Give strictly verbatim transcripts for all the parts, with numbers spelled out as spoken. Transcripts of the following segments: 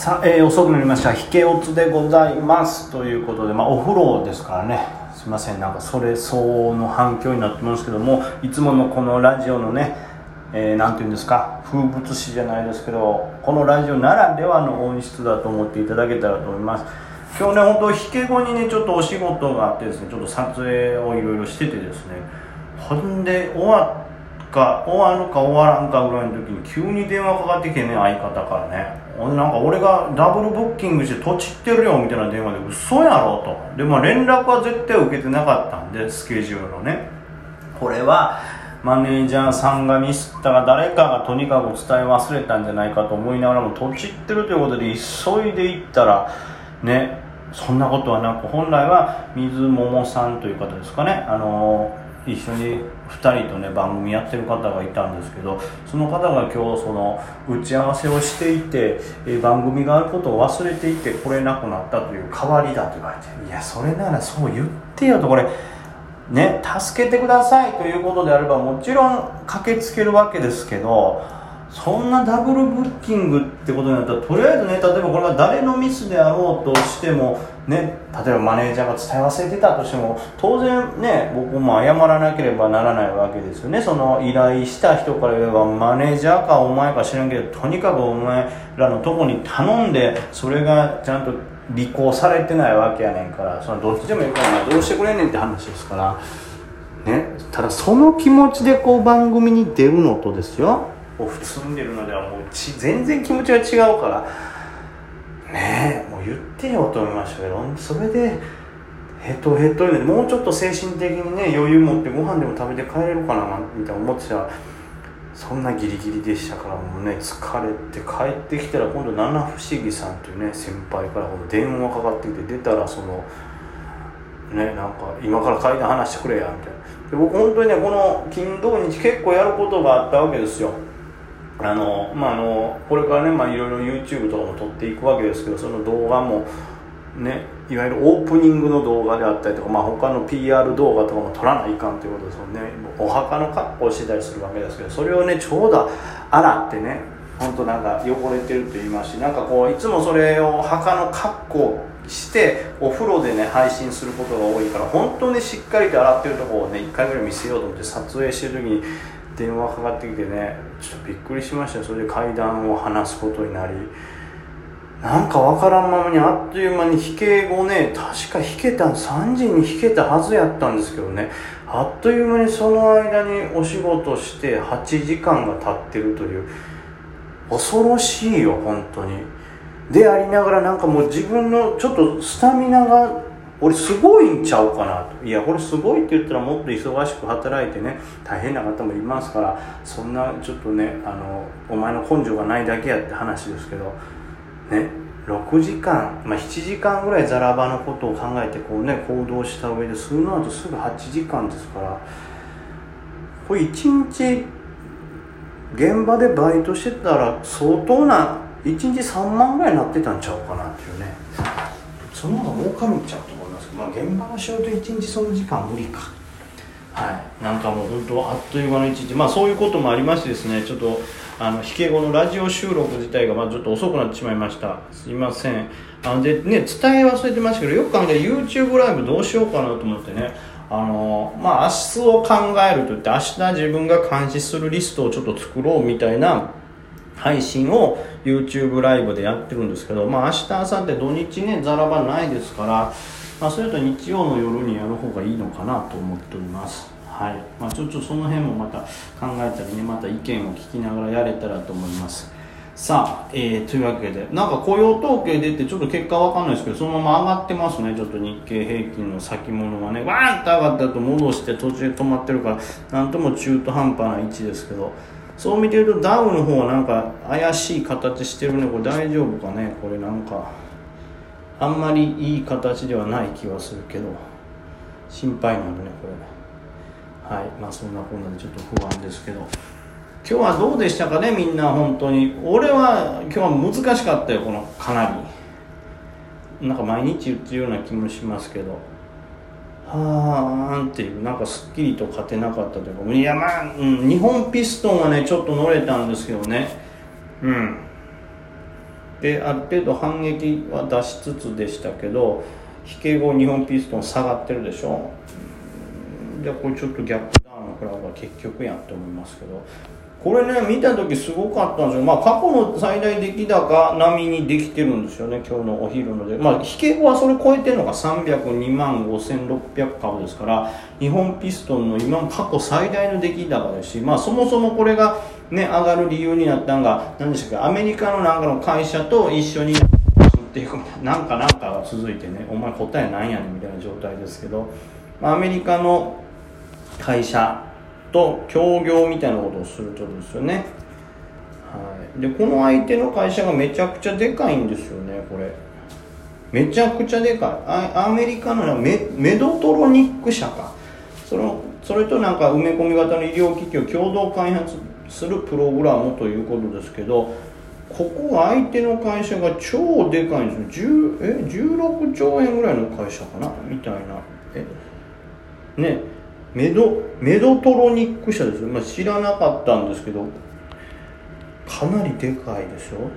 さあ、えー、遅くなりました。ひけおつでございますということで、まあ、お風呂ですからね、すいません、なんかそれ相応の反響になってますけども、いつものこのラジオのね、えー、なんていうんですか、風物詩じゃないですけど、このラジオならではの音質だと思っていただけたらと思います。今日ね、本当ひけ後にね、ちょっとお仕事があってですね、ちょっと撮影をいろいろしててですね、ほんで終わか終わるか終わらんかぐらいの時に急に電話かかってきてね、相方からね、なんか俺がダブルブッキングして土地ってるよみたいな電話で、嘘やろと。でまあ連絡は絶対受けてなかったんで、スケジュールのね、これはマネージャーさんがミスったが誰かがとにかく伝え忘れたんじゃないかと思いながらも、土地ってるということで急いで行ったらね、そんなことはなく、本来は水桃さんという方ですかね、あのー一緒にふたりとね番組やってる方がいたんですけど、その方が今日その打ち合わせをしていて、え番組があることを忘れていて来れなくなったという代わりだと言われて、いやそれならそう言ってよと、これね助けてくださいということであればもちろん駆けつけるわけですけど、そんなダブルブッキングってことになったら、とりあえずね、例えばこれが誰のミスであろうとしてもね、例えばマネージャーが伝え忘れてたとしても当然ね、僕も謝らなければならないわけですよね。その依頼した人から言えば、マネージャーかお前か知らんけど、とにかくお前らのとこに頼んでそれがちゃんと履行されてないわけやねんから、そのどっちでもいいからどうしてくれんねんって話ですからね。ただその気持ちでこう番組に出るのとですよ、普通に出るのではもうち全然気持ちが違うからねえ、もう言ってよと思いましたけど、それでヘトヘトになって、もうちょっと精神的にね余裕持ってご飯でも食べて帰れるかなみたいな思ってたら、そんなギリギリでしたから、もうね疲れて帰ってきたら、今度七不思議さんというね先輩からこの電話かかってきて、出たらそのね、なんか今から階段話してくれやみたいな。で僕本当にね、この金土日結構やることがあったわけですよ。あのまああのこれからね、まあいろいろ YouTube とかも撮っていくわけですけど、その動画もね、いわゆるオープニングの動画であったりとか、まあ他の ピーアール 動画とかも撮らないかんということですもんね。お墓の格好をしてたりするわけですけど、それをねちょうど洗ってね、本当なんか汚れてると言いますし、なんかこういつもそれを墓の格好をしてお風呂でね配信することが多いから、本当にしっかりと洗ってるところをねいっかいぐらい見せようと思って撮影してる時に電話かかってきてね、ちょっとびっくりしましたよ。それで階段を話すことになり、なんかわからんままにあっという間に引け後ね、確か引けたさんじに引けたはずやったんですけどね、あっという間にその間にお仕事してはちじかんが経ってるという、恐ろしいよ本当に。でありながら、なんかもう自分のちょっとスタミナが俺すごいんちゃうかなと。いやこれすごいって言ったらもっと忙しく働いてね大変な方もいますから、そんなちょっとね、あのお前の根性がないだけやって話ですけどね、ろくじかん、まあ、しちじかんぐらいザラバのことを考えてこうね行動した上で、その後すぐはちじかんですから、これいちにち現場でバイトしてたら相当ないちにちさんまんぐらいになってたんちゃうかなっていうね。その方が儲かるんちゃうと思いますけど、まあ現場の仕事いちにちその時間無理か。はい、なんかもう本当あっという間のいちにち、まあそういうこともありましてですね、ちょっとあの引け後のラジオ収録自体がまあちょっと遅くなってしまいました。すいません。あのでね、伝え忘れてましたけど、よく考えて YouTube ライブどうしようかなと思ってね、あのまあ明日を考えるといって、明日自分が監視するリストをちょっと作ろうみたいな配信を YouTube ライブでやってるんですけど、まあ明日明後日土日ねザラバないですから、まあそれと日曜の夜にやる方がいいのかなと思っております。はい、まあちょっとその辺もまた考えたりね、また意見を聞きながらやれたらと思います。さあ、えー、というわけで、なんか雇用統計出てちょっと結果わかんないですけど、そのまま上がってますね。ちょっと日経平均の先物がねわーんと上がったと戻して途中で止まってるから、なんとも中途半端な位置ですけど、そう見てるとダウの方はなんか怪しい形してるね。これ大丈夫かね。これなんかあんまりいい形ではない気はするけど心配なのねこれ。はい、まあそんなこんなでちょっと不安ですけど、今日はどうでしたかねみんな。本当に俺は今日は難しかったよ。このかなりなんか毎日言ってるような気もしますけど、はーんっていう、なんかすっきりと勝てなかったというか、いやまあ、うん、日本ピストンはねちょっと乗れたんですけどね、うんである程度反撃は出しつつでしたけど、引け後日本ピストン下がってるでしょ。じゃあこれちょっと逆ダウンのクラブは結局やんと思いますけど、これね見た時すごかったんですよ。まあ過去の最大出来高並みにできてるんですよね、今日のお昼ので。まあ引け後はそれ超えてるのがさんびゃくにまんごせんろっぴゃくかぶですから、日本ピストンの今の過去最大の出来高ですし、まあそもそもこれがね上がる理由になったのが何でしたっけ、アメリカのなんかの会社と一緒にっていうなんかなんかが続いてね、お前答えなんやねんみたいな状態ですけど、アメリカの会社と協業みたいなことをするとですよね。はい、でこの相手の会社がめちゃくちゃでかいんですよね。これめちゃくちゃでかい。ア, アメリカの メ, メドトロニック社か、そのそれとなんか埋め込み型の医療機器を共同開発するプログラムということですけど、ここが相手の会社が超でかいんですよ。じゅうえじゅうろくちょうえんぐらいの会社かなみたいな。えねメドメドトロニック社ですよ。まあ、知らなかったんですけどかなりでかいでしょ。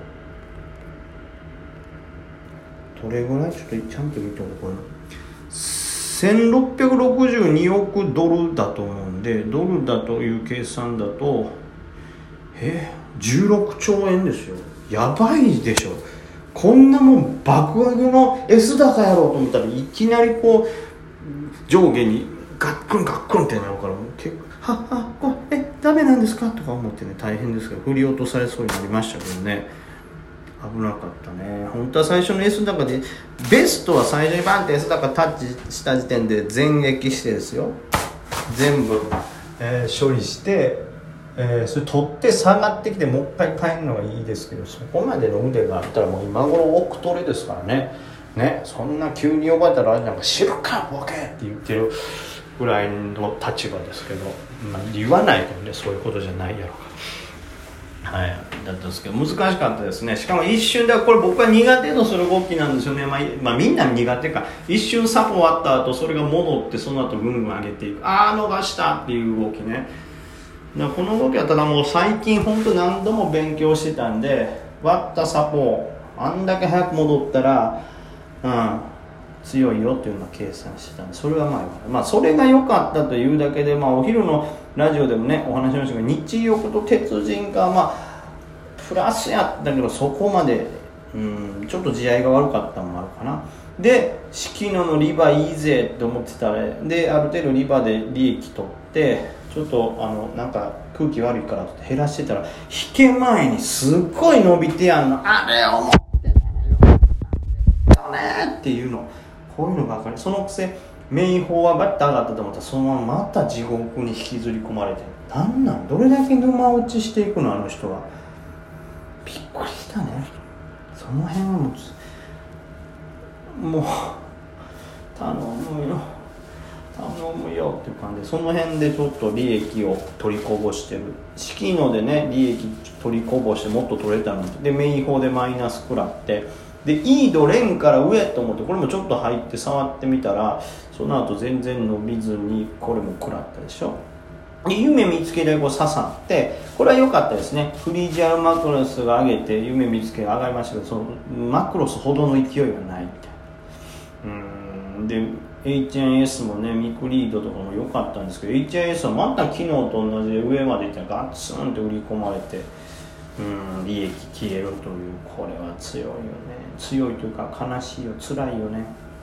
どれぐらいちょっとちゃんと見ておこう。せんろっぴゃくろくじゅうにおくドルだと思うんで、ドルだという計算だとえじゅうろくちょうえんですよ。やばいでしょ。こんなもん爆上げの S 高やろうと思ったらいきなりこう上下にガックンガックンってなるから、結構はっはっこえダメなんですかとか思ってね、大変ですけど振り落とされそうになりましたけどね、危なかったね。本当は最初の S 高でベストは最初にバンって S 高タッチした時点で全撃してですよ、全部、えー、処理して、えー、それ取って下がってきてもう一回変えるのがいいですけど、そこまでの腕があったらもう今頃億トレですからね。ね、そんな急に呼ばれたらなんか知るかボケって言ってるぐらいの立場ですけど、まあ、言わないとねそういうことじゃないやろうか。はい、だったんですけど難しかったですね。しかも一瞬でこれ僕は苦手とする動きなんですよね。まあ、まあ、みんな苦手か。一瞬サポ終わった後それが戻ってその後ぐんぐん上げていく、ああ逃したっていう動きね。だからこの動きはただもう最近本当何度も勉強してたんで、割ったサポあんだけ早く戻ったらうん強いよっていうのを計算してたんで、それはまあ良かった。まあそれが良かったというだけで、まあお昼のラジオでもねお話ししましたけど、日翼と鉄人がまあプラスやったけどそこまでうんちょっと地合いが悪かったのもあるかな。で四季野のリバいいぜって思ってたら、である程度リバで利益取ってちょっとあのなんか空気悪いからって減らしてたら、引け前にすっごい伸びてやんの、あれ思ってたよねっていうの、こういうのばかり。そのくせ名宝はバッと上がったと思ったらそのまままた地獄に引きずり込まれて、なんなんどれだけ沼落ちしていくのあの人は。びっくりしたね。その辺はもうもう頼むよ頼むよっていう感じで、その辺でちょっと利益を取りこぼしてる。四季野でね利益取りこぼしてもっと取れたので、名宝でマイナス食らって、でイードレンから上と思ってこれもちょっと入って触ってみたら、その後全然伸びずにこれも食らったでしょ。で夢見つけでこう刺さって、これは良かったですね。フリージャルマクロスが上げて夢見つけが上がりましたけど、そのマクロスほどの勢いがないみたいな。うーんで エイチアイエス もねミクリードとかも良かったんですけど、 エイチアイエス はまた昨日と同じで上までいったらガッツンって売り込まれて、うん利益消えるという、これは強いよね。強いというか悲しいよ、辛いよね。はい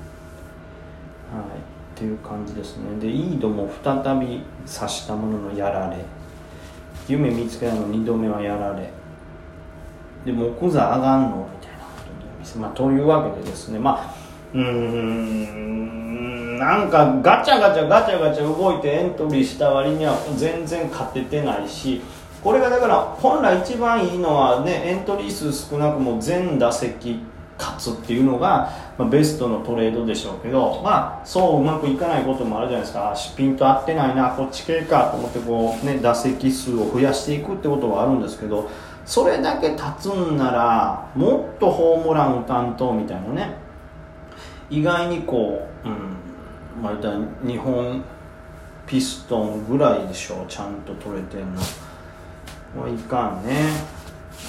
っていう感じですね。でイードも再び刺したもののやられ、夢見つけたのにどめはやられで、木座上がんのみたいなことに、まあ、というわけでですね、まあうーんなんかガチャガチャガチャガチャ動いてエントリーした割には全然勝ててないし、これがだから本来一番いいのはね、エントリー数少なくも全打席勝つっていうのが、まあ、ベストのトレードでしょうけど、まあそううまくいかないこともあるじゃないですか。ピンと合ってないなこっち系かと思ってこうね打席数を増やしていくってことはあるんですけど、それだけ立つんならもっとホームラン打たんとみたいなね、意外にこう、うん、まあ日本ピストンぐらいでしょうちゃんと取れてんのはいかんね。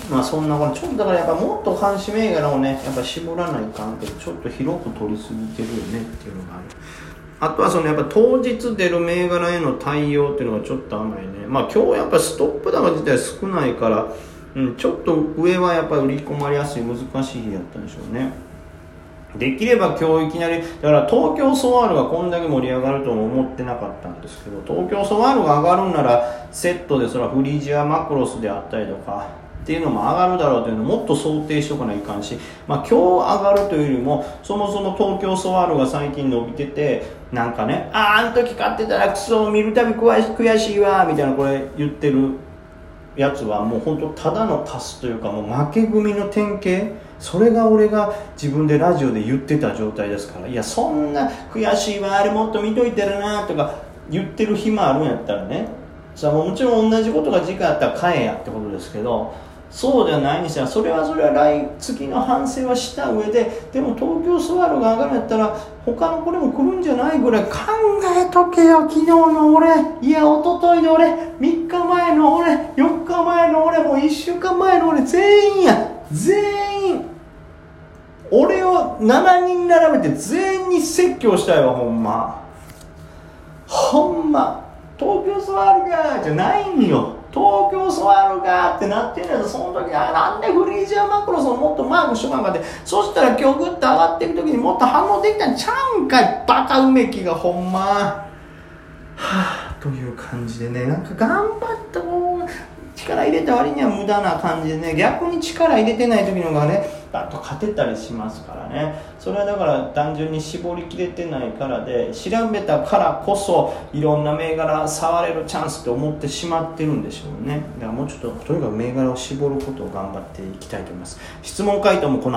まあそんなこのちょっとだからやっぱもっと監視銘柄をねやっぱ絞らないかんけどちょっと広く取りすぎてるよねっていうのがある。あとはそのやっぱ当日出る銘柄への対応っていうのがちょっと甘いね。まあ今日やっぱストップ高自体少ないから、うん、ちょっと上はやっぱり売り込まれやすい難しい日やったんでしょうね。できれば今日いきなりだから東京ソワールがこんだけ盛り上がるとも思ってなかったんですけど、東京ソワールが上がるんならセットでそれはフリージアマクロスであったりとかっていうのも上がるだろうというのをもっと想定しておかないかんし、まあ、今日上がるというよりもそもそも東京ソワールが最近伸びててなんかね、あああの時買ってたらクソ見るたび悔しいわみたいなこれ言ってるやつはもう本当ただのカスというかもう負け組の典型。それが俺が自分でラジオで言ってた状態ですから、いやそんな悔しいわあれもっと見といてるなとか言ってる暇あるんやったらね、さあもちろん同じことが次回あったら買えやってことですけど、そうではないにしてはそれはそれは来月の反省はした上で、でも東京スワローが上がるんやったら他のこれも来るんじゃないぐらい考えとけよ。昨日の俺、いや一昨日の俺、みっかまえの俺、よっかまえの俺、もういっしゅうかんまえの俺、全員や全員俺をしちにん並べて全員に説教したいわ。ほんまほんま東京スワローがじゃないんよ。東京ソワローがってなってんやつ、その時はなんでフリージアマクロスをもっとマークしとかんかって、そしたら今日グッと上がっていく時にもっと反応できたんちゃうんかい、バカ梅木がほんまはぁという感じでね、なんか頑張ったもう力入れた割には無駄な感じでね、逆に力入れてない時の方がねバッと勝てたりしますからね。それはだから単純に絞りきれてないからで、調べたからこそいろんな銘柄触れるチャンスって思ってしまってるんでしょうね。だからもうちょっととにかく銘柄を絞ることを頑張っていきたいと思います。質問回答もこの